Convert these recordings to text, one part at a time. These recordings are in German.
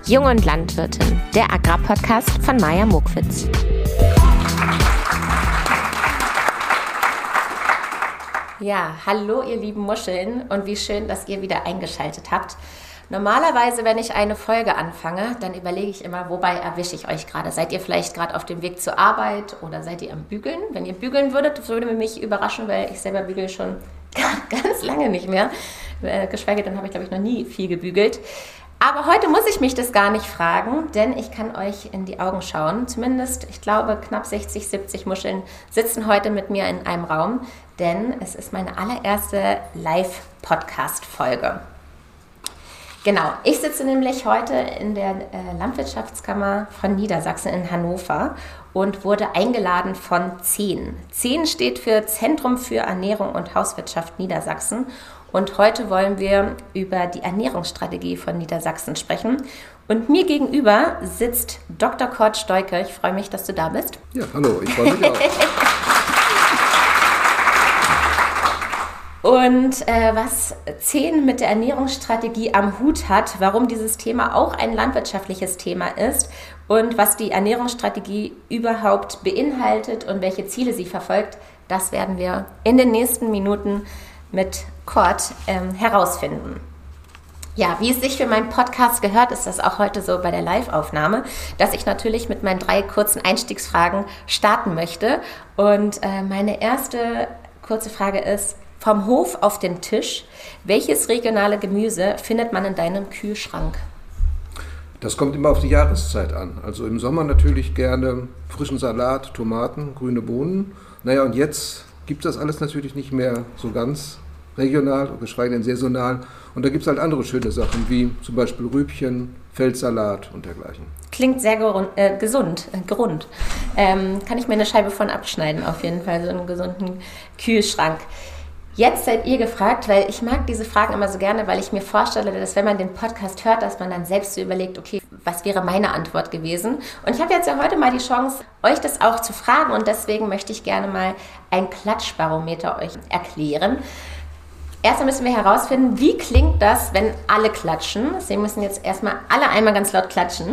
Jung und Landwirtin, der Agrarpodcast von Maja Mokwitz. Ja, hallo ihr lieben Muscheln und wie schön, dass ihr wieder eingeschaltet habt. Normalerweise, wenn ich eine Folge anfange, dann überlege ich immer, wobei erwische ich euch gerade? Seid ihr vielleicht gerade auf dem Weg zur Arbeit oder seid ihr am Bügeln? Wenn ihr bügeln würdet, würde mich überraschen, weil ich selber bügel schon ganz lange nicht mehr. Geschweige denn habe ich, glaube ich, noch nie viel gebügelt. Aber heute muss ich mich das gar nicht fragen, denn ich kann euch in die Augen schauen. Zumindest, ich glaube, knapp 60, 70 Muscheln sitzen heute mit mir in einem Raum, denn es ist meine allererste Live-Podcast-Folge. Genau, ich sitze nämlich heute in der Landwirtschaftskammer von Niedersachsen in Hannover und wurde eingeladen von CEN. CEN steht für Zentrum für Ernährung und Hauswirtschaft Niedersachsen. Und heute wollen wir über die Ernährungsstrategie von Niedersachsen sprechen. Und mir gegenüber sitzt Dr. Kurt Stoicke. Ich freue mich, dass du da bist. Ja, hallo, ich freue mich auch. Und was CEN mit der Ernährungsstrategie am Hut hat, warum dieses Thema auch ein landwirtschaftliches Thema ist und was die Ernährungsstrategie überhaupt beinhaltet und welche Ziele sie verfolgt, das werden wir in den nächsten Minuten mit Kurt herausfinden. Ja, wie es sich für meinen Podcast gehört, ist das auch heute so bei der Live-Aufnahme, dass ich natürlich mit meinen 3 kurzen Einstiegsfragen starten möchte. Und meine erste kurze Frage ist: Vom Hof auf den Tisch, welches regionale Gemüse findet man in deinem Kühlschrank? Das kommt immer auf die Jahreszeit an. Also im Sommer natürlich gerne frischen Salat, Tomaten, grüne Bohnen. Naja, und jetzt gibt es das alles natürlich nicht mehr so ganz regional, geschweige denn saisonal. Und da gibt es halt andere schöne Sachen, wie zum Beispiel Rübchen, Feldsalat und dergleichen. Klingt sehr gesund. Kann ich mir eine Scheibe von abschneiden, auf jeden Fall, so einen gesunden Kühlschrank. Jetzt seid ihr gefragt, weil ich mag diese Fragen immer so gerne, weil ich mir vorstelle, dass wenn man den Podcast hört, dass man dann selbst so überlegt, okay, was wäre meine Antwort gewesen? Und ich habe jetzt ja heute mal die Chance, euch das auch zu fragen und deswegen möchte ich gerne mal ein Klatschbarometer euch erklären. Erstmal müssen wir herausfinden, wie klingt das, wenn alle klatschen. Deswegen müssen jetzt erstmal alle einmal ganz laut klatschen.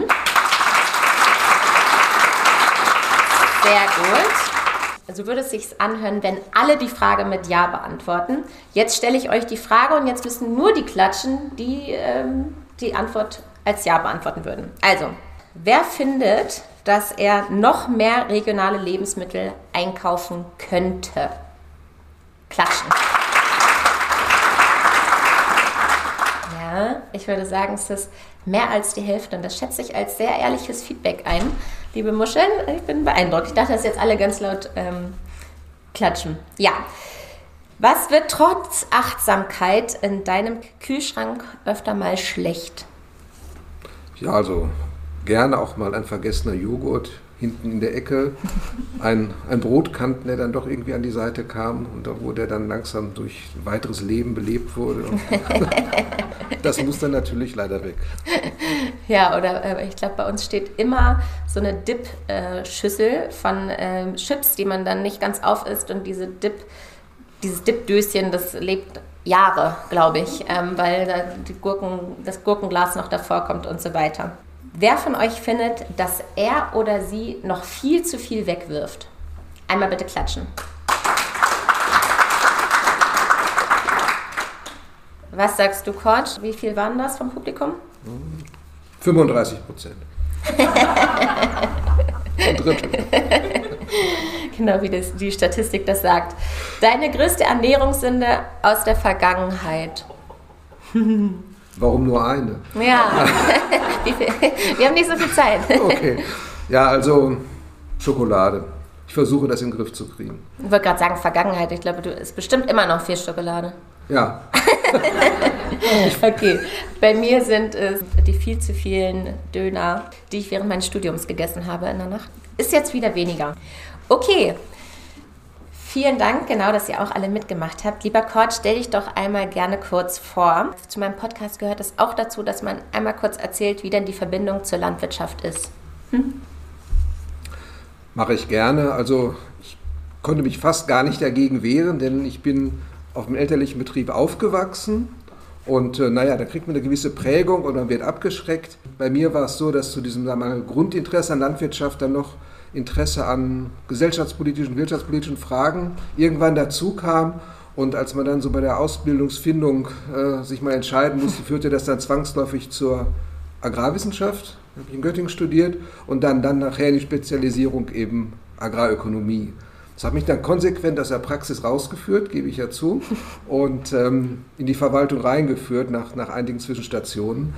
Sehr gut. Also würde es sich anhören, wenn alle die Frage mit Ja beantworten. Jetzt stelle ich euch die Frage und jetzt müssen nur die klatschen, die die Antwort als Ja beantworten würden. Also, wer findet, dass er noch mehr regionale Lebensmittel einkaufen könnte? Klatschen. Ja, ich würde sagen, es ist mehr als die Hälfte und das schätze ich als sehr ehrliches Feedback ein. Liebe Muscheln, ich bin beeindruckt. Ich dachte, dass jetzt alle ganz laut klatschen. Ja. Was wird trotz Achtsamkeit in deinem Kühlschrank öfter mal schlecht? Ja, also gerne auch mal ein vergessener Joghurt hinten in der Ecke, ein Brotkanten, der dann doch irgendwie an die Seite kam und wo der dann langsam durch weiteres Leben belebt wurde. Das muss dann natürlich leider weg. Ja, oder ich glaube, bei uns steht immer so eine Dip-Schüssel von Chips, die man dann nicht ganz aufisst und dieses Dip-Döschen, das lebt Jahre, glaube ich, weil da das Gurkenglas noch davor kommt und so weiter. Wer von euch findet, dass er oder sie noch viel zu viel wegwirft? Einmal bitte klatschen. Was sagst du, Kurt? Wie viel waren das vom Publikum? 35%. Ein Drittel. Genau, wie die Statistik das sagt. Deine größte Ernährungssünde aus der Vergangenheit? Warum nur eine? Ja, wir haben nicht so viel Zeit. Okay, ja, also Schokolade. Ich versuche, das in den Griff zu kriegen. Ich wollte gerade sagen Vergangenheit. Ich glaube, du isst bestimmt immer noch viel Schokolade. Ja. Okay, bei mir sind es die viel zu vielen Döner, die ich während meines Studiums gegessen habe in der Nacht. Ist jetzt wieder weniger. Okay, vielen Dank, genau, dass ihr auch alle mitgemacht habt. Lieber Kurt, stell dich doch einmal gerne kurz vor. Zu meinem Podcast gehört es auch dazu, dass man einmal kurz erzählt, wie denn die Verbindung zur Landwirtschaft ist. Mache ich gerne. Also ich konnte mich fast gar nicht dagegen wehren, denn ich bin auf dem elterlichen Betrieb aufgewachsen Und da kriegt man eine gewisse Prägung und man wird abgeschreckt. Bei mir war es so, dass zu diesem Grundinteresse an Landwirtschaft dann noch Interesse an gesellschaftspolitischen, wirtschaftspolitischen Fragen irgendwann dazu kam. Und als man dann so bei der Ausbildungsfindung sich mal entscheiden musste, führte das dann zwangsläufig zur Agrarwissenschaft. Da habe ich in Göttingen studiert und dann nachher in die Spezialisierung eben Agrarökonomie. Das hat mich dann konsequent aus der Praxis rausgeführt, gebe ich ja zu, und in die Verwaltung reingeführt nach einigen Zwischenstationen.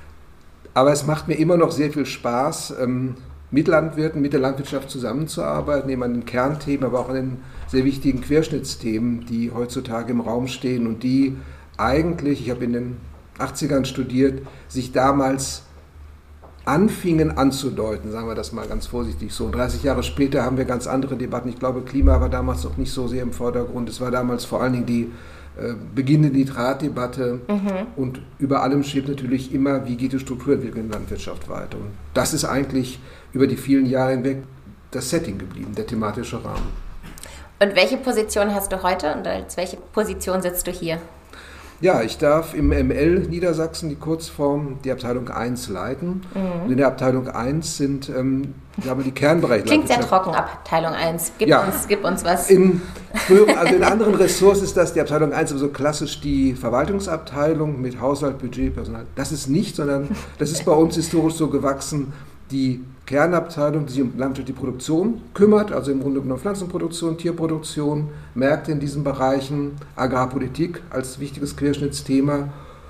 Aber es macht mir immer noch sehr viel Spaß, mit Landwirten, mit der Landwirtschaft zusammenzuarbeiten, eben an den Kernthemen, aber auch an den sehr wichtigen Querschnittsthemen, die heutzutage im Raum stehen und die eigentlich, ich habe in den 80ern studiert, sich damals anfingen anzudeuten, sagen wir das mal ganz vorsichtig so. 30 Jahre später haben wir ganz andere Debatten. Ich glaube, Klima war damals noch nicht so sehr im Vordergrund. Es war damals vor allen Dingen die beginnende Nitratdebatte und über allem steht natürlich immer, wie geht die Strukturentwicklung in der Landwirtschaft weiter. Und das ist eigentlich über die vielen Jahre hinweg das Setting geblieben, der thematische Rahmen. Und welche Position hast du heute und als welche Position sitzt du hier? Ja, ich darf im ML Niedersachsen, die Kurzform, die Abteilung 1 leiten. Und in der Abteilung 1 sind die Kernbereiche. Klingt sehr trocken, Abteilung 1. Gib uns was. In anderen Ressorts ist das die Abteilung 1, aber so klassisch die Verwaltungsabteilung mit Haushalt, Budget, Personal. Das ist nicht, sondern das ist bei uns historisch so gewachsen, die Kernabteilung, die sich um landwirtschaftliche Produktion kümmert, also im Grunde genommen Pflanzenproduktion, Tierproduktion, Märkte in diesen Bereichen, Agrarpolitik als wichtiges Querschnittsthema,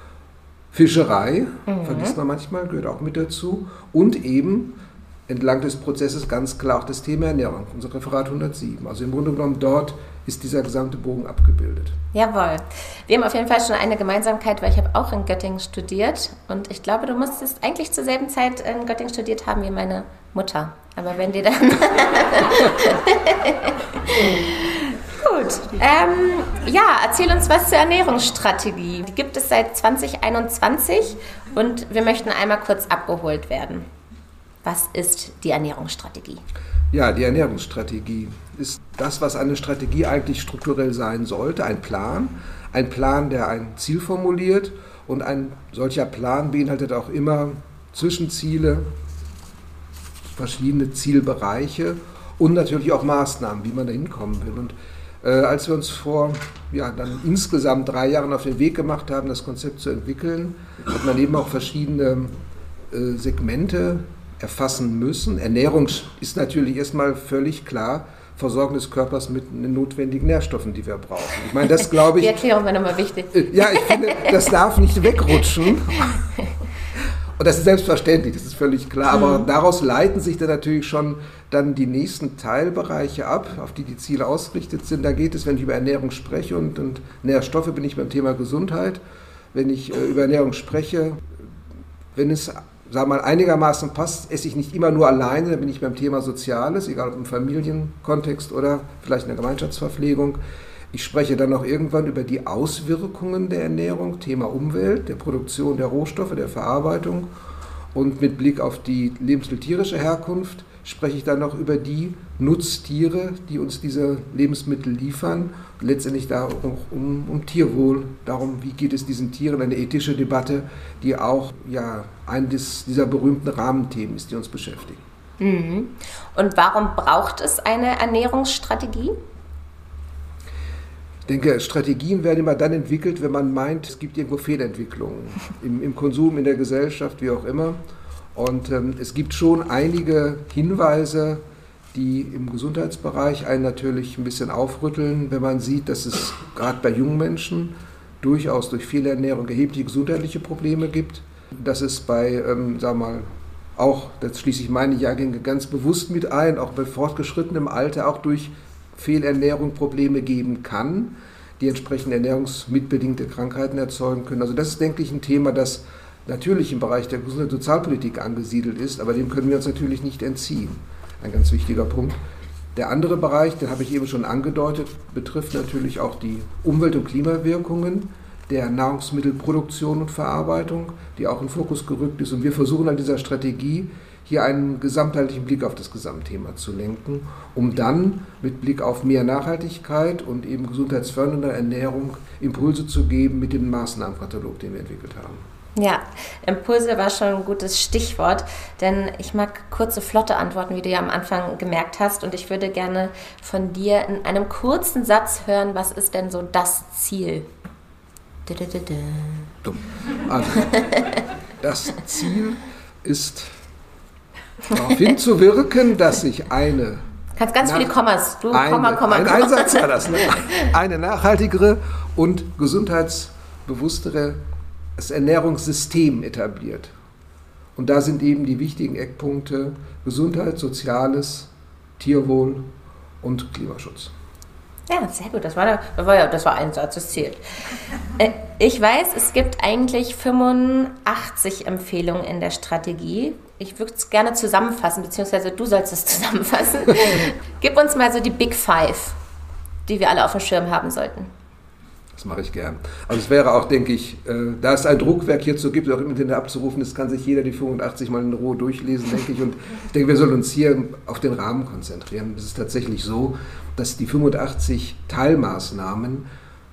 Fischerei, vergisst man manchmal, gehört auch mit dazu, und eben entlang des Prozesses ganz klar auch das Thema Ernährung, unser Referat 107. Also im Grunde genommen dort ist dieser gesamte Bogen abgebildet. Jawohl. Wir haben auf jeden Fall schon eine Gemeinsamkeit, weil ich habe auch in Göttingen studiert und ich glaube, du musstest eigentlich zur selben Zeit in Göttingen studiert haben wie meine Mutter. Aber wenn dir dann... Gut. Erzähl uns was zur Ernährungsstrategie. Die gibt es seit 2021 und wir möchten einmal kurz abgeholt werden. Was ist die Ernährungsstrategie? Ja, die Ernährungsstrategie ist das, was eine Strategie eigentlich strukturell sein sollte. Ein Plan, der ein Ziel formuliert, und ein solcher Plan beinhaltet auch immer Zwischenziele, verschiedene Zielbereiche und natürlich auch Maßnahmen, wie man da hinkommen will. Und als wir uns vor dann insgesamt 3 Jahren auf den Weg gemacht haben, das Konzept zu entwickeln, hat man eben auch verschiedene Segmente erfassen müssen. Ernährung ist natürlich erstmal völlig klar, Versorgung des Körpers mit den notwendigen Nährstoffen, die wir brauchen. Ich meine, das glaube ich... Die Erklärung war nochmal wichtig. Ja, ich finde, das darf nicht wegrutschen. Und das ist selbstverständlich, das ist völlig klar. Aber daraus leiten sich dann natürlich schon dann die nächsten Teilbereiche ab, auf die die Ziele ausgerichtet sind. Da geht es, wenn ich über Ernährung spreche und Nährstoffe, bin ich beim Thema Gesundheit. Wenn ich über Ernährung spreche, wenn es einigermaßen passt, esse ich nicht immer nur alleine, dann bin ich beim Thema Soziales, egal ob im Familienkontext oder vielleicht in der Gemeinschaftsverpflegung. Ich spreche dann auch irgendwann über die Auswirkungen der Ernährung, Thema Umwelt, der Produktion der Rohstoffe, der Verarbeitung, und mit Blick auf die lebensmitteltierische Herkunft spreche ich dann noch über die Nutztiere, die uns diese Lebensmittel liefern, und letztendlich da auch um Tierwohl, darum, wie geht es diesen Tieren, eine ethische Debatte, die auch eines dieser berühmten Rahmenthemen ist, die uns beschäftigen. Und warum braucht es eine Ernährungsstrategie? Ich denke, Strategien werden immer dann entwickelt, wenn man meint, es gibt irgendwo Fehlentwicklungen im Konsum, in der Gesellschaft, wie auch immer. Und es gibt schon einige Hinweise, die im Gesundheitsbereich einen natürlich ein bisschen aufrütteln, wenn man sieht, dass es gerade bei jungen Menschen durchaus durch Fehlernährung erhebliche gesundheitliche Probleme gibt. Dass es bei, auch, das schließe ich meine Jahrgänge ganz bewusst mit ein, auch bei fortgeschrittenem Alter auch durch Fehlernährung Probleme geben kann, die entsprechend ernährungsmitbedingte Krankheiten erzeugen können. Also das ist, denke ich, ein Thema, das natürlich im Bereich der Gesundheits- und Sozialpolitik angesiedelt ist, aber dem können wir uns natürlich nicht entziehen. Ein ganz wichtiger Punkt. Der andere Bereich, den habe ich eben schon angedeutet, betrifft natürlich auch die Umwelt- und Klimawirkungen der Nahrungsmittelproduktion und Verarbeitung, die auch in Fokus gerückt ist. Und wir versuchen an dieser Strategie hier einen gesamtheitlichen Blick auf das Gesamtthema zu lenken, um dann mit Blick auf mehr Nachhaltigkeit und eben gesundheitsfördernde Ernährung Impulse zu geben mit dem Maßnahmenkatalog, den wir entwickelt haben. Ja, Impulse war schon ein gutes Stichwort, denn ich mag kurze, flotte Antworten, wie du ja am Anfang gemerkt hast, und ich würde gerne von dir in einem kurzen Satz hören, was ist denn so das Ziel? Also, das Ziel ist, darauf hinzuwirken, dass sich eine... Kannst ganz viele Kommas. Ein Einsatz war das, ne? Eine nachhaltigere und gesundheitsbewusstere Ernährungssystem etabliert. Und da sind eben die wichtigen Eckpunkte Gesundheit, Soziales, Tierwohl und Klimaschutz. Ja, sehr gut. Das war ein Satz, das zählt. Ich weiß, es gibt eigentlich 85 Empfehlungen in der Strategie. Ich würde es gerne zusammenfassen, beziehungsweise du sollst es zusammenfassen. Gib uns mal so die Big Five, die wir alle auf dem Schirm haben sollten. Das mache ich gern. Also es wäre auch, denke ich, da es ein Druckwerk hierzu gibt, auch im Internet abzurufen, das kann sich jeder die 85 mal in Ruhe durchlesen, denke ich. Und ich denke, wir sollen uns hier auf den Rahmen konzentrieren. Es ist tatsächlich so, dass die 85 Teilmaßnahmen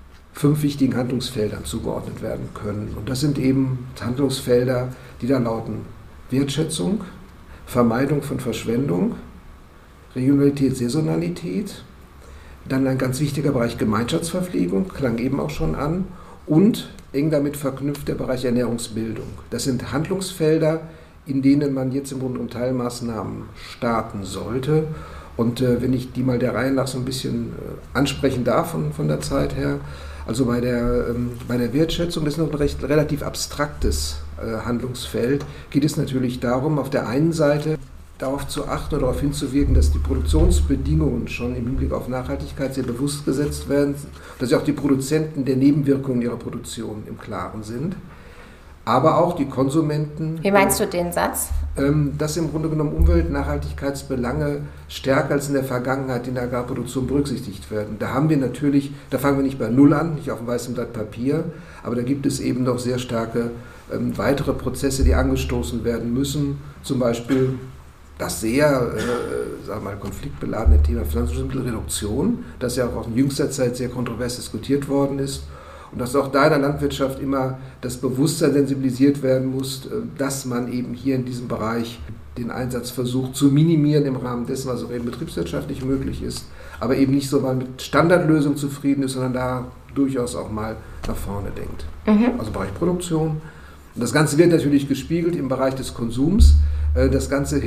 5 wichtigen Handlungsfeldern zugeordnet werden können. Und das sind eben Handlungsfelder, die da lauten: Wertschätzung, Vermeidung von Verschwendung, Regionalität, Saisonalität, dann ein ganz wichtiger Bereich Gemeinschaftsverpflegung, klang eben auch schon an, und eng damit verknüpft der Bereich Ernährungsbildung. Das sind Handlungsfelder, in denen man jetzt im Grunde um Teilmaßnahmen starten sollte. Und wenn ich die mal der Reihe nach so ein bisschen ansprechen darf von der Zeit her, also bei der Wertschätzung, das ist noch ein relativ abstraktes Handlungsfeld, geht es natürlich darum, auf der einen Seite darauf zu achten oder darauf hinzuwirken, dass die Produktionsbedingungen schon im Hinblick auf Nachhaltigkeit sehr bewusst gesetzt werden, dass ja auch die Produzenten der Nebenwirkungen ihrer Produktion im Klaren sind, aber auch die Konsumenten. Wie meinst du den Satz? Dass im Grunde genommen Umwelt- und Nachhaltigkeitsbelange stärker als in der Vergangenheit in der Agrarproduktion berücksichtigt werden. Da haben wir natürlich, da fangen wir nicht bei Null an, nicht auf dem weißen Blatt Papier, aber da gibt es eben noch sehr starke weitere Prozesse, die angestoßen werden müssen, zum Beispiel das sehr konfliktbeladene Thema Pflanzenschutzmittelreduktion, das ja auch in jüngster Zeit sehr kontrovers diskutiert worden ist, und dass auch da in der Landwirtschaft immer das Bewusstsein sensibilisiert werden muss, dass man eben hier in diesem Bereich den Einsatz versucht zu minimieren im Rahmen dessen, was auch eben betriebswirtschaftlich möglich ist, aber eben nicht so mal mit Standardlösungen zufrieden ist, sondern da durchaus auch mal nach vorne denkt. Also Bereich Produktion. Und das Ganze wird natürlich gespiegelt im Bereich des Konsums. Das Ganze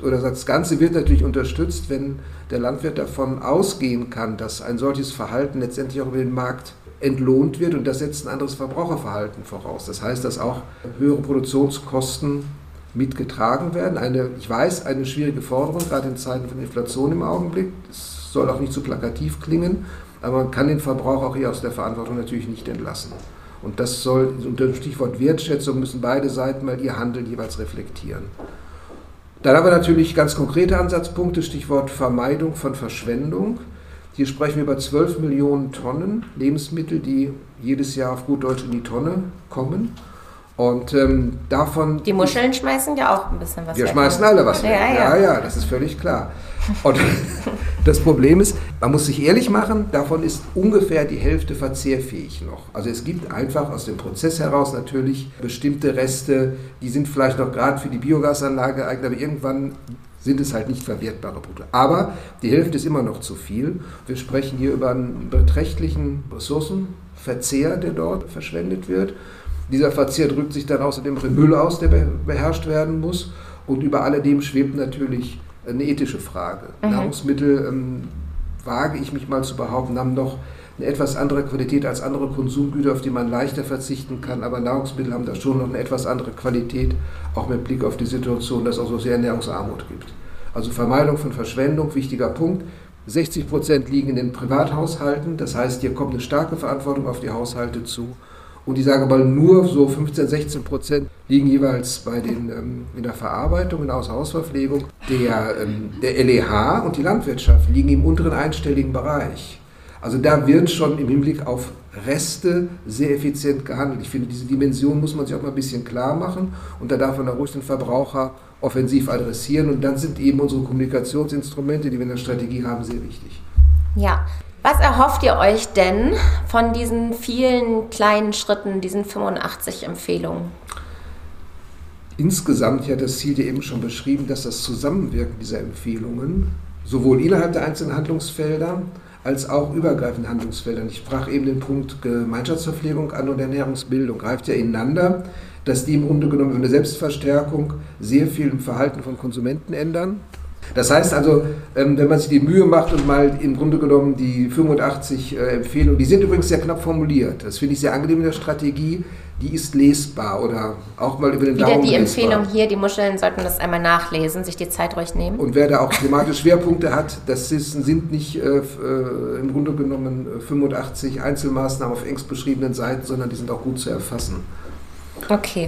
wird natürlich unterstützt, wenn der Landwirt davon ausgehen kann, dass ein solches Verhalten letztendlich auch über den Markt entlohnt wird, und das setzt ein anderes Verbraucherverhalten voraus. Das heißt, dass auch höhere Produktionskosten mitgetragen werden. Ich weiß, eine schwierige Forderung, gerade in Zeiten von Inflation im Augenblick. Es soll auch nicht zu plakativ klingen, aber man kann den Verbraucher auch hier aus der Verantwortung natürlich nicht entlassen. Und das soll, unter dem Stichwort Wertschätzung, müssen beide Seiten mal ihr Handeln jeweils reflektieren. Dann haben wir natürlich ganz konkrete Ansatzpunkte, Stichwort Vermeidung von Verschwendung. Hier sprechen wir über 12 Millionen Tonnen Lebensmittel, die jedes Jahr auf gut Deutsch in die Tonne kommen. Und davon... Die Muscheln schmeißen ja auch ein bisschen was weg. Wir schmeißen alle was weg. Ja, das ist völlig klar. Und das Problem ist, man muss sich ehrlich machen, davon ist ungefähr die Hälfte verzehrfähig noch. Also es gibt einfach aus dem Prozess heraus natürlich bestimmte Reste, die sind vielleicht noch gerade für die Biogasanlage geeignet, aber irgendwann sind es halt nicht verwertbare Produkte. Aber die Hälfte ist immer noch zu viel. Wir sprechen hier über einen beträchtlichen Ressourcenverzehr, der dort verschwendet wird. Dieser Verzehr drückt sich dann außerdem im Müll aus, der beherrscht werden muss. Und über alledem schwebt natürlich eine ethische Frage. Nahrungsmittel, wage ich mich mal zu behaupten, haben noch eine etwas andere Qualität als andere Konsumgüter, auf die man leichter verzichten kann. Aber Nahrungsmittel haben da schon noch eine etwas andere Qualität, auch mit Blick auf die Situation, dass es auch so sehr Ernährungsarmut gibt. Also Vermeidung von Verschwendung, wichtiger Punkt. 60% liegen in den Privathaushalten, das heißt, hier kommt eine starke Verantwortung auf die Haushalte zu. Und ich sage mal, nur so 15-16% liegen jeweils bei in der Verarbeitung, in der Außerhausverpflegung. Der LEH und die Landwirtschaft liegen im unteren einstelligen Bereich. Also da wird schon im Hinblick auf Reste sehr effizient gehandelt. Ich finde, diese Dimension muss man sich auch mal ein bisschen klar machen und da darf man auch ruhig den Verbraucher offensiv adressieren und dann sind eben unsere Kommunikationsinstrumente, die wir in der Strategie haben, sehr wichtig. Ja. Was erhofft ihr euch denn von diesen vielen kleinen Schritten, diesen 85 Empfehlungen? Insgesamt, ich hatte das Ziel ja eben schon beschrieben, dass das Zusammenwirken dieser Empfehlungen sowohl innerhalb der einzelnen Handlungsfelder als auch übergreifende Handlungsfelder. Ich sprach eben den Punkt Gemeinschaftsverpflegung an und Ernährungsbildung, greift ja ineinander, dass die im Grunde genommen über eine Selbstverstärkung sehr viel im Verhalten von Konsumenten ändern. Das heißt also, wenn man sich die Mühe macht und mal im Grunde genommen die 85 Empfehlungen, die sind übrigens sehr knapp formuliert, das finde ich sehr angenehm in der Strategie, die ist lesbar oder auch mal über den Daumen Wieder die lesbar. Empfehlung hier, die Muscheln sollten das einmal nachlesen, sich die Zeit ruhig nehmen. Und wer da auch thematische Schwerpunkte hat, sind nicht im Grunde genommen 85 Einzelmaßnahmen auf engst beschriebenen Seiten, sondern die sind auch gut zu erfassen. Okay.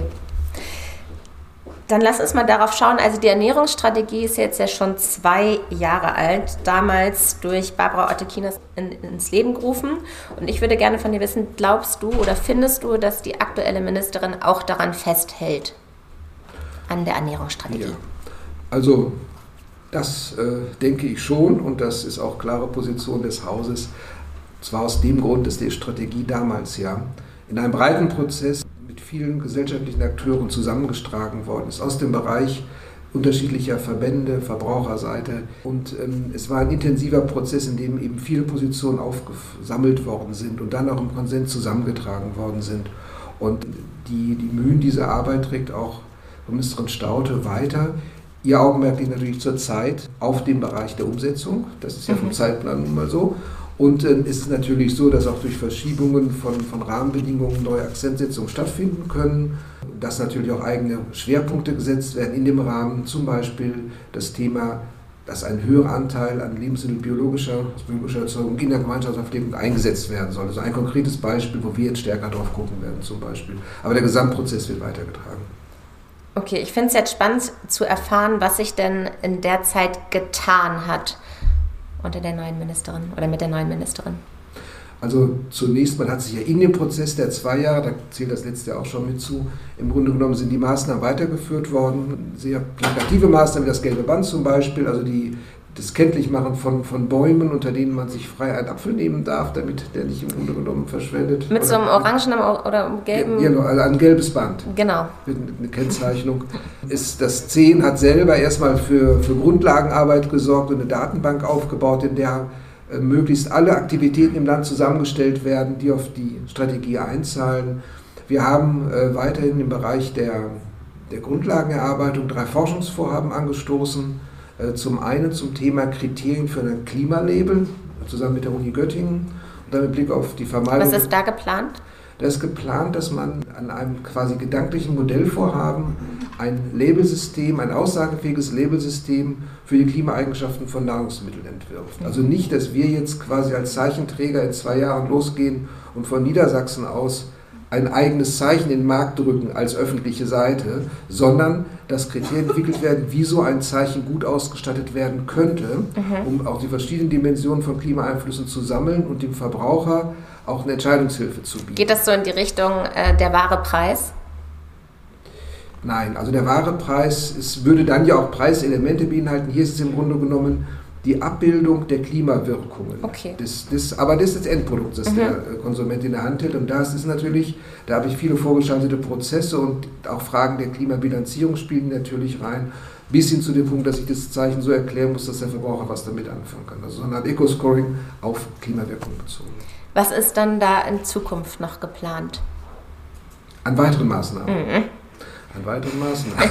Dann lass uns mal darauf schauen. Also die Ernährungsstrategie ist jetzt ja schon 2 Jahre alt, damals durch Barbara Otte-Kieners ins Leben gerufen. Und ich würde gerne von dir wissen, glaubst du oder findest du, dass die aktuelle Ministerin auch daran festhält, an der Ernährungsstrategie? Ja. Also das denke ich schon und das ist auch klare Position des Hauses. Zwar aus dem Grund, dass die Strategie damals ja in einem breiten Prozess mit vielen gesellschaftlichen Akteuren zusammengetragen worden ist, aus dem Bereich unterschiedlicher Verbände, Verbraucherseite. Und es war ein intensiver Prozess, in dem eben viele Positionen aufgesammelt worden sind und dann auch im Konsens zusammengetragen worden sind. Und die Mühen dieser Arbeit trägt auch Ministerin Staudte weiter. Ihr Augenmerk liegt natürlich zurzeit auf dem Bereich der Umsetzung. Das ist ja vom Zeitplan nun mal so. Und es ist natürlich so, dass auch durch Verschiebungen von Rahmenbedingungen neue Akzentsetzungen stattfinden können, dass natürlich auch eigene Schwerpunkte gesetzt werden in dem Rahmen, zum Beispiel das Thema, dass ein höherer Anteil an Lebensmitteln biologischer Erzeugung in der Gemeinschaftsverpflegung eingesetzt werden soll. Also ein konkretes Beispiel, wo wir jetzt stärker drauf gucken werden zum Beispiel. Aber der Gesamtprozess wird weitergetragen. Okay, ich finde es jetzt spannend zu erfahren, was sich denn in der Zeit getan hat unter der neuen Ministerin oder mit der neuen Ministerin. Also zunächst, man hat sich ja in dem Prozess der 2 Jahre, da zählt das letzte Jahr auch schon mit zu, im Grunde genommen sind die Maßnahmen weitergeführt worden, sehr plakative Maßnahmen wie das gelbe Band zum Beispiel, also das Kenntlichmachen von Bäumen, unter denen man sich frei einen Apfel nehmen darf, damit der nicht im Grunde genommen verschwendet. Mit so einem orangenen oder gelben... Ja, also ein gelbes Band. Genau. Mit eine Kennzeichnung. Das 10 hat selber erstmal für Grundlagenarbeit gesorgt und eine Datenbank aufgebaut, in der möglichst alle Aktivitäten im Land zusammengestellt werden, die auf die Strategie einzahlen. Wir haben weiterhin im Bereich der Grundlagenerarbeitung 3 Forschungsvorhaben angestoßen. Zum einen zum Thema Kriterien für ein Klimalabel, zusammen mit der Uni Göttingen. Und dann mit Blick auf die Vermeidung. Was ist da geplant? Da ist geplant, dass man an einem quasi gedanklichen Modellvorhaben ein Labelsystem, ein aussagefähiges Labelsystem für die Klimaeigenschaften von Nahrungsmitteln entwirft. Also nicht, dass wir jetzt quasi als Zeichenträger in 2 Jahren losgehen und von Niedersachsen aus ein eigenes Zeichen in den Markt drücken als öffentliche Seite, sondern dass Kriterien entwickelt werden, wie so ein Zeichen gut ausgestattet werden könnte, um auch die verschiedenen Dimensionen von Klimaeinflüssen zu sammeln und dem Verbraucher auch eine Entscheidungshilfe zu bieten. Geht das so in die Richtung der wahre Preis? Nein, also der wahre Preis würde dann ja auch Preiselemente beinhalten. Hier ist es im Grunde genommen die Abbildung der Klimawirkungen. Okay. Aber das ist das Endprodukt, das der Konsument in der Hand hält. Und das ist natürlich, da habe ich viele vorgeschaltete Prozesse und auch Fragen der Klimabilanzierung spielen natürlich rein, bis hin zu dem Punkt, dass ich das Zeichen so erklären muss, dass der Verbraucher was damit anfangen kann. Also so eine Art Eco-Scoring auf Klimawirkung bezogen. Was ist dann da in Zukunft noch geplant? An weiteren Maßnahmen. An weiteren Maßnahmen.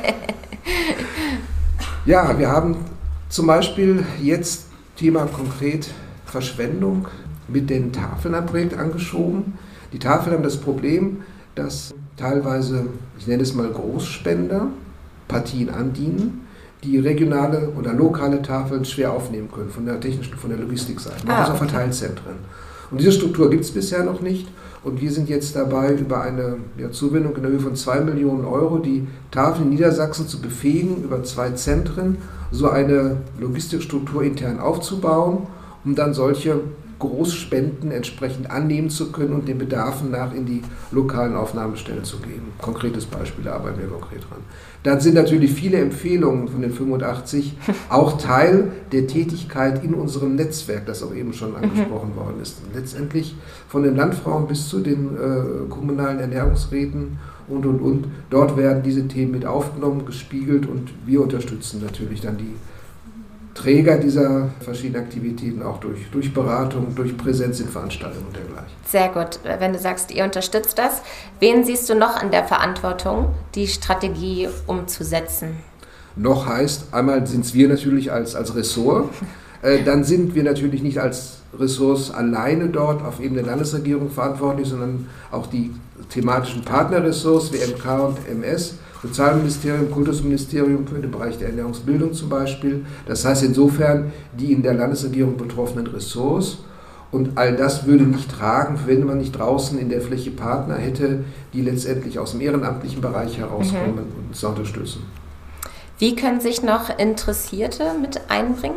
Ja, wir haben zum Beispiel jetzt Thema konkret Verschwendung mit den Tafeln ein Projekt angeschoben. Die Tafeln haben das Problem, dass teilweise, ich nenne es mal Großspender, Partien andienen, die regionale oder lokale Tafeln schwer aufnehmen können, von der technischen, von der Logistikseite, also Verteilzentren. Und diese Struktur gibt es bisher noch nicht. Und wir sind jetzt dabei, über eine Zuwendung in der Höhe von 2 Millionen Euro die Tafeln in Niedersachsen zu befähigen, über 2 Zentren so eine Logistikstruktur intern aufzubauen, um dann solche Großspenden entsprechend annehmen zu können und den Bedarfen nach in die lokalen Aufnahmestellen zu geben. Konkretes Beispiel, da arbeiten wir konkret dran. Dann sind natürlich viele Empfehlungen von den 85 auch Teil der Tätigkeit in unserem Netzwerk, das auch eben schon angesprochen worden ist. Letztendlich von den Landfrauen bis zu den kommunalen Ernährungsräten und. Dort werden diese Themen mit aufgenommen, gespiegelt und wir unterstützen natürlich dann die Träger dieser verschiedenen Aktivitäten auch durch Beratung, durch Präsenz in Veranstaltungen und dergleichen. Sehr gut, wenn du sagst, ihr unterstützt das. Wen siehst du noch an der Verantwortung, die Strategie umzusetzen? Noch heißt, einmal sind es wir natürlich als Ressort, dann sind wir natürlich nicht als Ressorts alleine dort auf Ebene der Landesregierung verantwortlich, sondern auch die thematischen Partnerressorts wie MK und MS, Sozialministerium, Kultusministerium für den Bereich der Ernährungsbildung zum Beispiel. Das heißt insofern die in der Landesregierung betroffenen Ressorts. Und all das würde nicht tragen, wenn man nicht draußen in der Fläche Partner hätte, die letztendlich aus dem ehrenamtlichen Bereich herauskommen und uns unterstützen. Wie können sich noch Interessierte mit einbringen?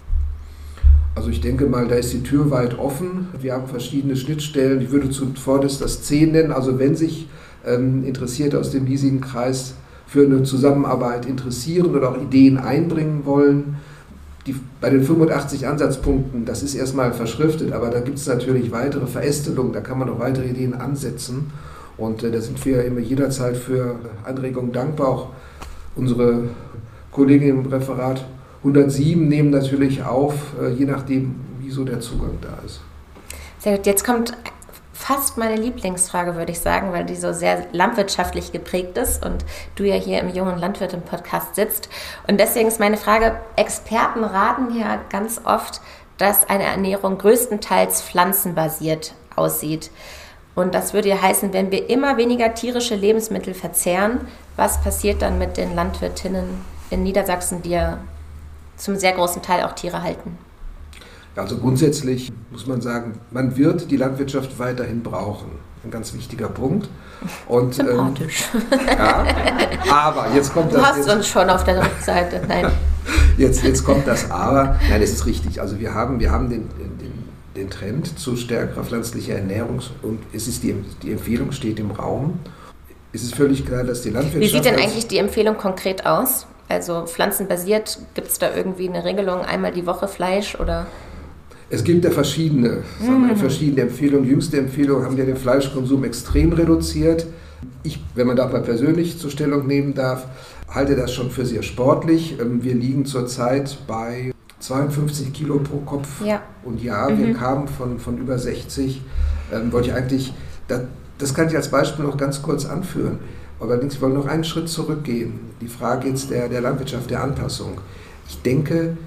Also ich denke mal, da ist die Tür weit offen. Wir haben verschiedene Schnittstellen. Ich würde zuvorderst das 10 nennen. Also wenn sich Interessierte aus dem hiesigen Kreis für eine Zusammenarbeit interessieren oder auch Ideen einbringen wollen, bei den 85 Ansatzpunkten, das ist erstmal verschriftet, aber da gibt es natürlich weitere Verästelungen, da kann man auch weitere Ideen ansetzen. Und da sind wir immer jederzeit für Anregungen dankbar. Auch unsere Kolleginnen im Referat 107 nehmen natürlich auf, je nachdem, wie so der Zugang da ist. Sehr gut, jetzt kommt fast meine Lieblingsfrage, würde ich sagen, weil die so sehr landwirtschaftlich geprägt ist und du ja hier im Jungen Landwirt im Podcast sitzt. Und deswegen ist meine Frage, Experten raten ja ganz oft, dass eine Ernährung größtenteils pflanzenbasiert aussieht. Und das würde ja heißen, wenn wir immer weniger tierische Lebensmittel verzehren, was passiert dann mit den Landwirtinnen in Niedersachsen, die ja zum sehr großen Teil auch Tiere halten? Also grundsätzlich muss man sagen, man wird die Landwirtschaft weiterhin brauchen. Ein ganz wichtiger Punkt. Und, sympathisch. Ja, aber jetzt kommt das... Du hast uns schon auf der Rückseite. Nein. Jetzt kommt das Aber. Nein, es ist richtig. Also wir haben den Trend zu stärkerer pflanzlicher Ernährung und es ist die Empfehlung steht im Raum. Es ist völlig klar, dass die Landwirtschaft... Wie sieht denn eigentlich die Empfehlung konkret aus? Also pflanzenbasiert, gibt es da irgendwie eine Regelung, einmal die Woche Fleisch oder... Es gibt ja verschiedene Empfehlungen. Die jüngste Empfehlung haben ja den Fleischkonsum extrem reduziert. Ich, wenn man da mal persönlich zur Stellung nehmen darf, halte das schon für sehr sportlich. Wir liegen zurzeit bei 52 Kilo pro Kopf und Jahr. Wir kamen von über 60. Wollte ich eigentlich, das kann ich als Beispiel noch ganz kurz anführen. Allerdings, ich wollte noch einen Schritt zurückgehen. Die Frage jetzt der Landwirtschaft, der Anpassung. Ich denke,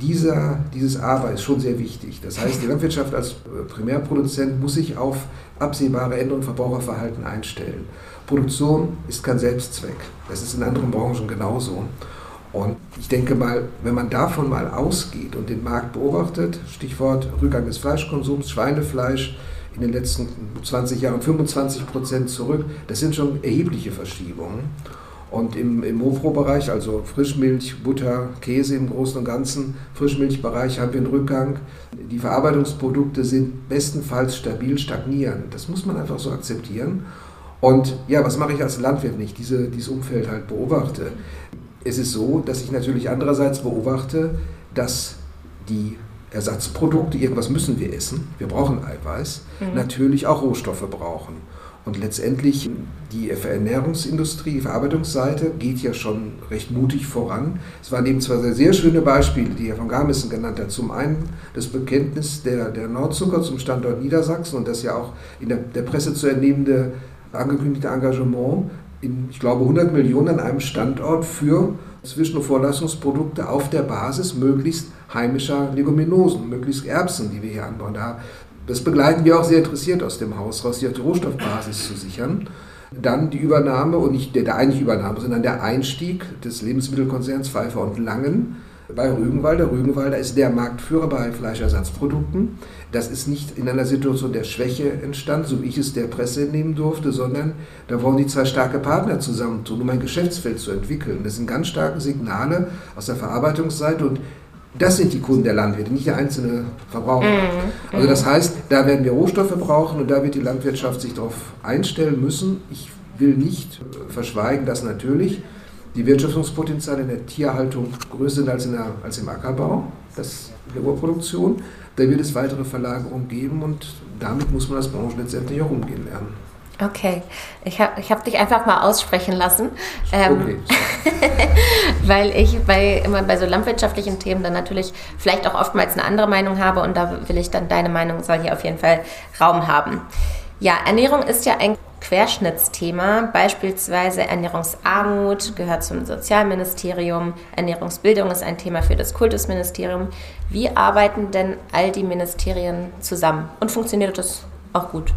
dieses Aber ist schon sehr wichtig. Das heißt, die Landwirtschaft als Primärproduzent muss sich auf absehbare Änderungen im Verbraucherverhalten einstellen. Produktion ist kein Selbstzweck. Das ist in anderen Branchen genauso. Und ich denke mal, wenn man davon mal ausgeht und den Markt beobachtet, Stichwort Rückgang des Fleischkonsums, Schweinefleisch in den letzten 20 Jahren 25% zurück, das sind schon erhebliche Verschiebungen. Und im Mofro-Bereich, also Frischmilch, Butter, Käse im Großen und Ganzen, Frischmilchbereich haben wir einen Rückgang. Die Verarbeitungsprodukte sind bestenfalls stabil, stagnieren. Das muss man einfach so akzeptieren. Und ja, was mache ich als Landwirt, wenn ich dieses Umfeld halt beobachte? Es ist so, dass ich natürlich andererseits beobachte, dass die Ersatzprodukte, irgendwas müssen wir essen, wir brauchen Eiweiß, natürlich auch Rohstoffe brauchen. Und letztendlich die Ernährungsindustrie, die Verarbeitungsseite geht ja schon recht mutig voran. Es waren eben zwei sehr schöne Beispiele, die Herr von Garmissen genannt hat. Zum einen das Bekenntnis der Nordzucker zum Standort Niedersachsen und das ja auch in der Presse zu entnehmende angekündigte Engagement in, ich glaube, 100 Millionen an einem Standort für Zwischen- und Vorleistungsprodukte auf der Basis möglichst heimischer Leguminosen, möglichst Erbsen, die wir hier anbauen. Das begleiten wir auch sehr interessiert aus dem Haus raus, die Rohstoffbasis zu sichern. Dann die Übernahme und nicht der Übernahme, sondern der Einstieg des Lebensmittelkonzerns Pfeiffer und Langen bei Rügenwalder. Rügenwalder ist der Marktführer bei Fleischersatzprodukten. Das ist nicht in einer Situation der Schwäche entstanden, so wie ich es der Presse entnehmen durfte, sondern da wollen die zwei starke Partner zusammentun, um ein Geschäftsfeld zu entwickeln. Das sind ganz starke Signale aus der Verarbeitungsseite und Das sind die Kunden der Landwirte, nicht der einzelne Verbraucher. Also das heißt, da werden wir Rohstoffe brauchen und da wird die Landwirtschaft sich darauf einstellen müssen. Ich will nicht verschweigen, dass natürlich die Wirtschaftungspotenziale in der Tierhaltung größer sind als im Ackerbau, der Urproduktion. Da wird es weitere Verlagerungen geben und damit muss man als Branche letztendlich auch umgehen lernen. Okay, ich hab dich einfach mal aussprechen lassen, Okay. weil ich immer bei so landwirtschaftlichen Themen dann natürlich vielleicht auch oftmals eine andere Meinung habe und da will ich dann, deine Meinung soll hier auf jeden Fall Raum haben. Ja, Ernährung ist ja ein Querschnittsthema, beispielsweise Ernährungsarmut gehört zum Sozialministerium, Ernährungsbildung ist ein Thema für das Kultusministerium. Wie arbeiten denn all die Ministerien zusammen und funktioniert das auch gut?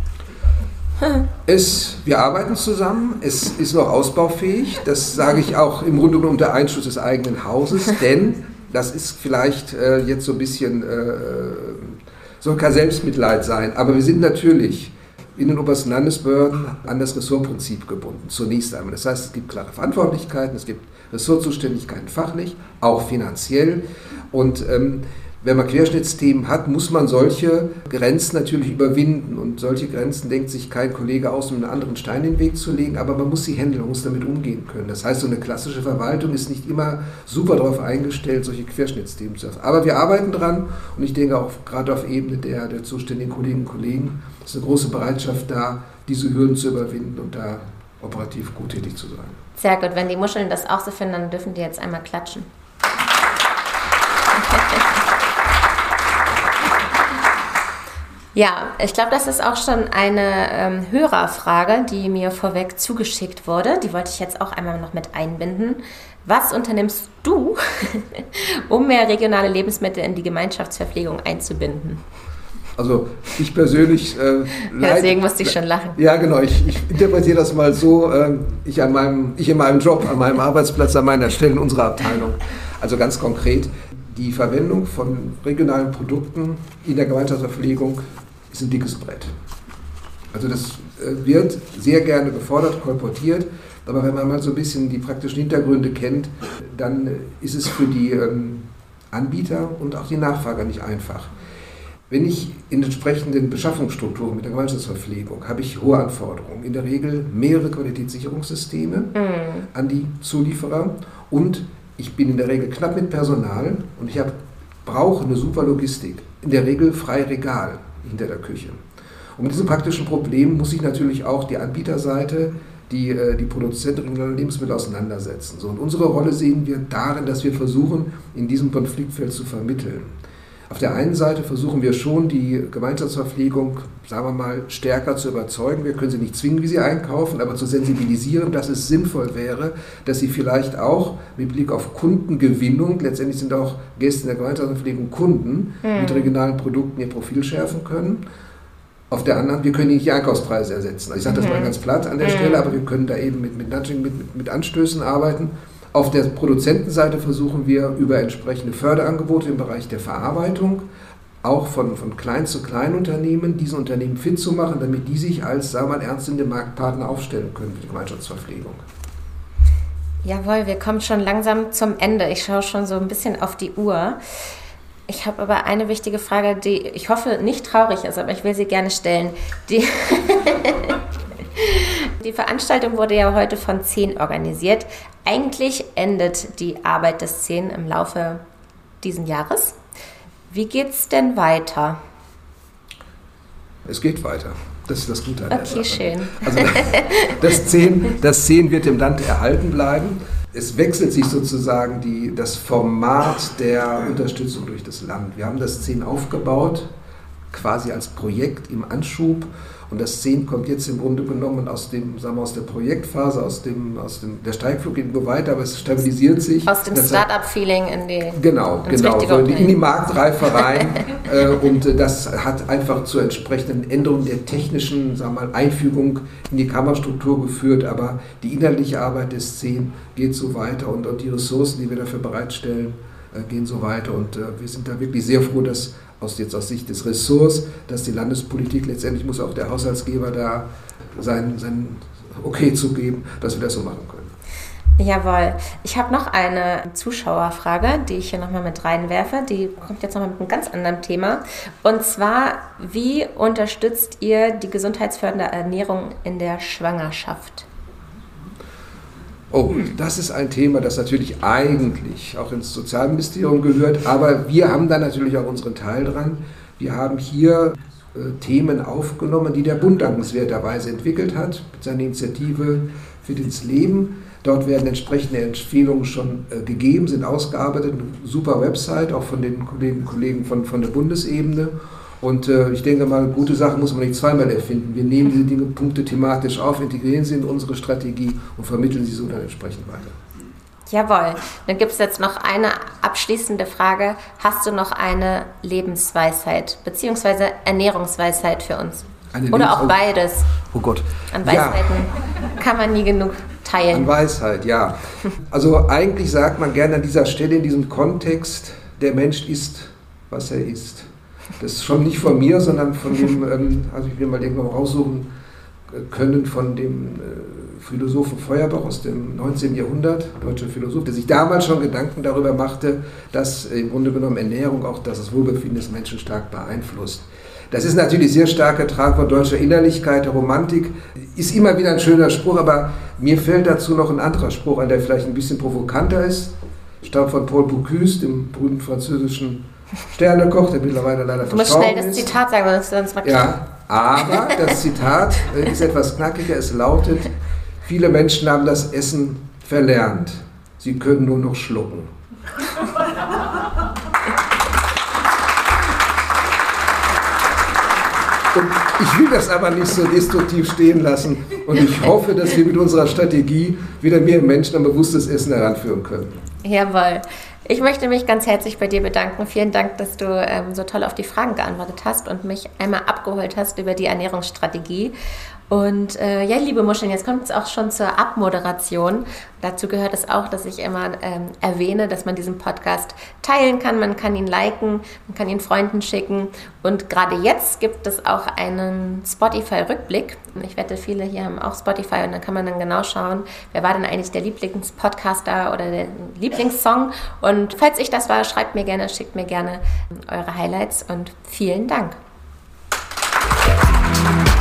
Wir arbeiten zusammen, es ist noch ausbaufähig, das sage ich auch im Grunde genommen unter Einschluss des eigenen Hauses, denn das ist vielleicht jetzt so ein bisschen, soll kein Selbstmitleid sein, aber wir sind natürlich in den obersten Landesbehörden an das Ressortprinzip gebunden, zunächst einmal. Das heißt, es gibt klare Verantwortlichkeiten, es gibt Ressortzuständigkeiten fachlich, auch finanziell und wenn man Querschnittsthemen hat, muss man solche Grenzen natürlich überwinden. Und solche Grenzen denkt sich kein Kollege aus, um einen anderen Stein in den Weg zu legen, aber man muss sie handeln, man muss damit umgehen können. Das heißt, so eine klassische Verwaltung ist nicht immer super darauf eingestellt, solche Querschnittsthemen zu haben. Aber wir arbeiten dran und ich denke auch gerade auf Ebene der zuständigen Kolleginnen und Kollegen ist eine große Bereitschaft da, diese Hürden zu überwinden und da operativ gut tätig zu sein. Sehr gut, wenn die Muscheln das auch so finden, dann dürfen die jetzt einmal klatschen. Ja, ich glaube, das ist auch schon eine Hörerfrage, die mir vorweg zugeschickt wurde. Die wollte ich jetzt auch einmal noch mit einbinden. Was unternimmst du, um mehr regionale Lebensmittel in die Gemeinschaftsverpflegung einzubinden? Also ich persönlich... deswegen musste ich schon lachen. Ja, genau. Ich interpretiere das mal so, ich in meinem Job, an meinem Arbeitsplatz, an meiner Stelle in unserer Abteilung. Also ganz konkret, die Verwendung von regionalen Produkten in der Gemeinschaftsverpflegung ist ein dickes Brett. Also das wird sehr gerne gefordert, kolportiert, aber wenn man mal so ein bisschen die praktischen Hintergründe kennt, dann ist es für die Anbieter und auch die Nachfrager nicht einfach. Wenn ich in entsprechenden Beschaffungsstrukturen mit der Gemeinschaftsverpflegung habe ich hohe Anforderungen, in der Regel mehrere Qualitätssicherungssysteme an die Zulieferer und ich bin in der Regel knapp mit Personal und ich brauche eine super Logistik, in der Regel frei Regal hinter der Küche. Und mit diesem praktischen Problem muss sich natürlich auch die Anbieterseite, die Produzenten regionaler Lebensmittel auseinandersetzen. So, und unsere Rolle sehen wir darin, dass wir versuchen, in diesem Konfliktfeld zu vermitteln. Auf der einen Seite versuchen wir schon, die Gemeinschaftsverpflegung, sagen wir mal, stärker zu überzeugen. Wir können sie nicht zwingen, wie sie einkaufen, aber zu sensibilisieren, dass es sinnvoll wäre, dass sie vielleicht auch mit Blick auf Kundengewinnung, letztendlich sind auch Gäste in der Gemeinschaftsverpflegung Kunden, mit regionalen Produkten ihr Profil schärfen können. Auf der anderen, wir können nicht die Einkaufspreise ersetzen. Also ich sage das mal ganz platt an der Stelle, aber wir können da eben mit Nudging, mit Anstößen arbeiten. Auf der Produzentenseite versuchen wir über entsprechende Förderangebote im Bereich der Verarbeitung, auch von klein zu kleinen Unternehmen, diese Unternehmen fit zu machen, damit die sich als, sagen wir mal, ernstzunehmende Marktpartner aufstellen können für die Gemeinschaftsverpflegung. Jawohl, wir kommen schon langsam zum Ende. Ich schaue schon so ein bisschen auf die Uhr. Ich habe aber eine wichtige Frage, die ich hoffe nicht traurig ist, aber ich will sie gerne stellen. Die Veranstaltung wurde ja heute von 10 organisiert. Eigentlich endet die Arbeit des 10 im Laufe dieses Jahres. Wie geht's denn weiter? Es geht weiter. Das ist das Gute an der Sache. Okay, schön. Also das 10 wird im Land erhalten bleiben. Es wechselt sich sozusagen das Format der Unterstützung durch das Land. Wir haben das 10 aufgebaut, quasi als Projekt im Anschub. Und das 10 kommt jetzt im Grunde genommen aus der Projektphase, aus der Steigflug geht nur weiter, aber es stabilisiert sich. Aus dem Start-up-Feeling in die in die Marktreife rein. Und das hat einfach zur entsprechenden Änderung der technischen, Einfügung in die Kammerstruktur geführt. Aber die inhaltliche Arbeit des 10 geht so weiter und die Ressourcen, die wir dafür bereitstellen, gehen so weiter. Und wir sind da wirklich sehr froh, dass aus Sicht des Ressorts, dass die Landespolitik, letztendlich muss auch der Haushaltsgeber da sein Okay zugeben, dass wir das so machen können. Jawohl. Ich habe noch eine Zuschauerfrage, die ich hier nochmal mit reinwerfe. Die kommt jetzt nochmal mit einem ganz anderen Thema. Und zwar, wie unterstützt ihr die gesundheitsfördernde Ernährung in der Schwangerschaft? Oh, das ist ein Thema, das natürlich eigentlich auch ins Sozialministerium gehört, aber wir haben da natürlich auch unseren Teil dran. Wir haben hier Themen aufgenommen, die der Bund dankenswerterweise entwickelt hat, mit seiner Initiative Fit ins Leben. Dort werden entsprechende Empfehlungen schon gegeben, sind ausgearbeitet, eine super Website, auch von den Kollegen von der Bundesebene. Und ich denke mal, gute Sachen muss man nicht zweimal erfinden. Wir nehmen diese Punkte thematisch auf, integrieren sie in unsere Strategie und vermitteln sie so dann entsprechend weiter. Jawohl. Dann gibt es jetzt noch eine abschließende Frage. Hast du noch eine Lebensweisheit bzw. Ernährungsweisheit für uns? Oder auch beides? Oh Gott. An Weisheiten kann man nie genug teilen. An Weisheit, ja. Also eigentlich sagt man gerne an dieser Stelle in diesem Kontext, der Mensch isst, was er isst. Das ist schon nicht von mir, sondern von dem, also ich will mal irgendwann raussuchen können, von dem Philosophen Feuerbach aus dem 19. Jahrhundert, deutscher Philosoph, der sich damals schon Gedanken darüber machte, dass im Grunde genommen Ernährung auch das Wohlbefinden des Menschen stark beeinflusst. Das ist natürlich sehr stark getragen von deutscher Innerlichkeit, der Romantik. Ist immer wieder ein schöner Spruch, aber mir fällt dazu noch ein anderer Spruch ein, der vielleicht ein bisschen provokanter ist. Stammt von Paul Bocuse, dem berühmten französischen Sternekoch, der mittlerweile leider verstorben ist. Du musst schnell das Zitat sagen, sonst mal ja, aber das Zitat ist etwas knackiger. Es lautet: Viele Menschen haben das Essen verlernt. Sie können nur noch schlucken. Und ich will das aber nicht so destruktiv stehen lassen. Und ich hoffe, dass wir mit unserer Strategie wieder mehr Menschen an bewusstes Essen heranführen können. Jawohl. Ich möchte mich ganz herzlich bei dir bedanken. Vielen Dank, dass du so toll auf die Fragen geantwortet hast und mich einmal abgeholt hast über die Ernährungsstrategie. Und ja, liebe Muscheln, jetzt kommt es auch schon zur Abmoderation. Dazu gehört es auch, dass ich immer erwähne, dass man diesen Podcast teilen kann. Man kann ihn liken, man kann ihn Freunden schicken. Und gerade jetzt gibt es auch einen Spotify-Rückblick. Ich wette, viele hier haben auch Spotify und dann kann man dann genau schauen, wer war denn eigentlich der Lieblingspodcaster oder der Lieblingssong. Und falls ich das war, schreibt mir gerne, schickt mir gerne eure Highlights und vielen Dank.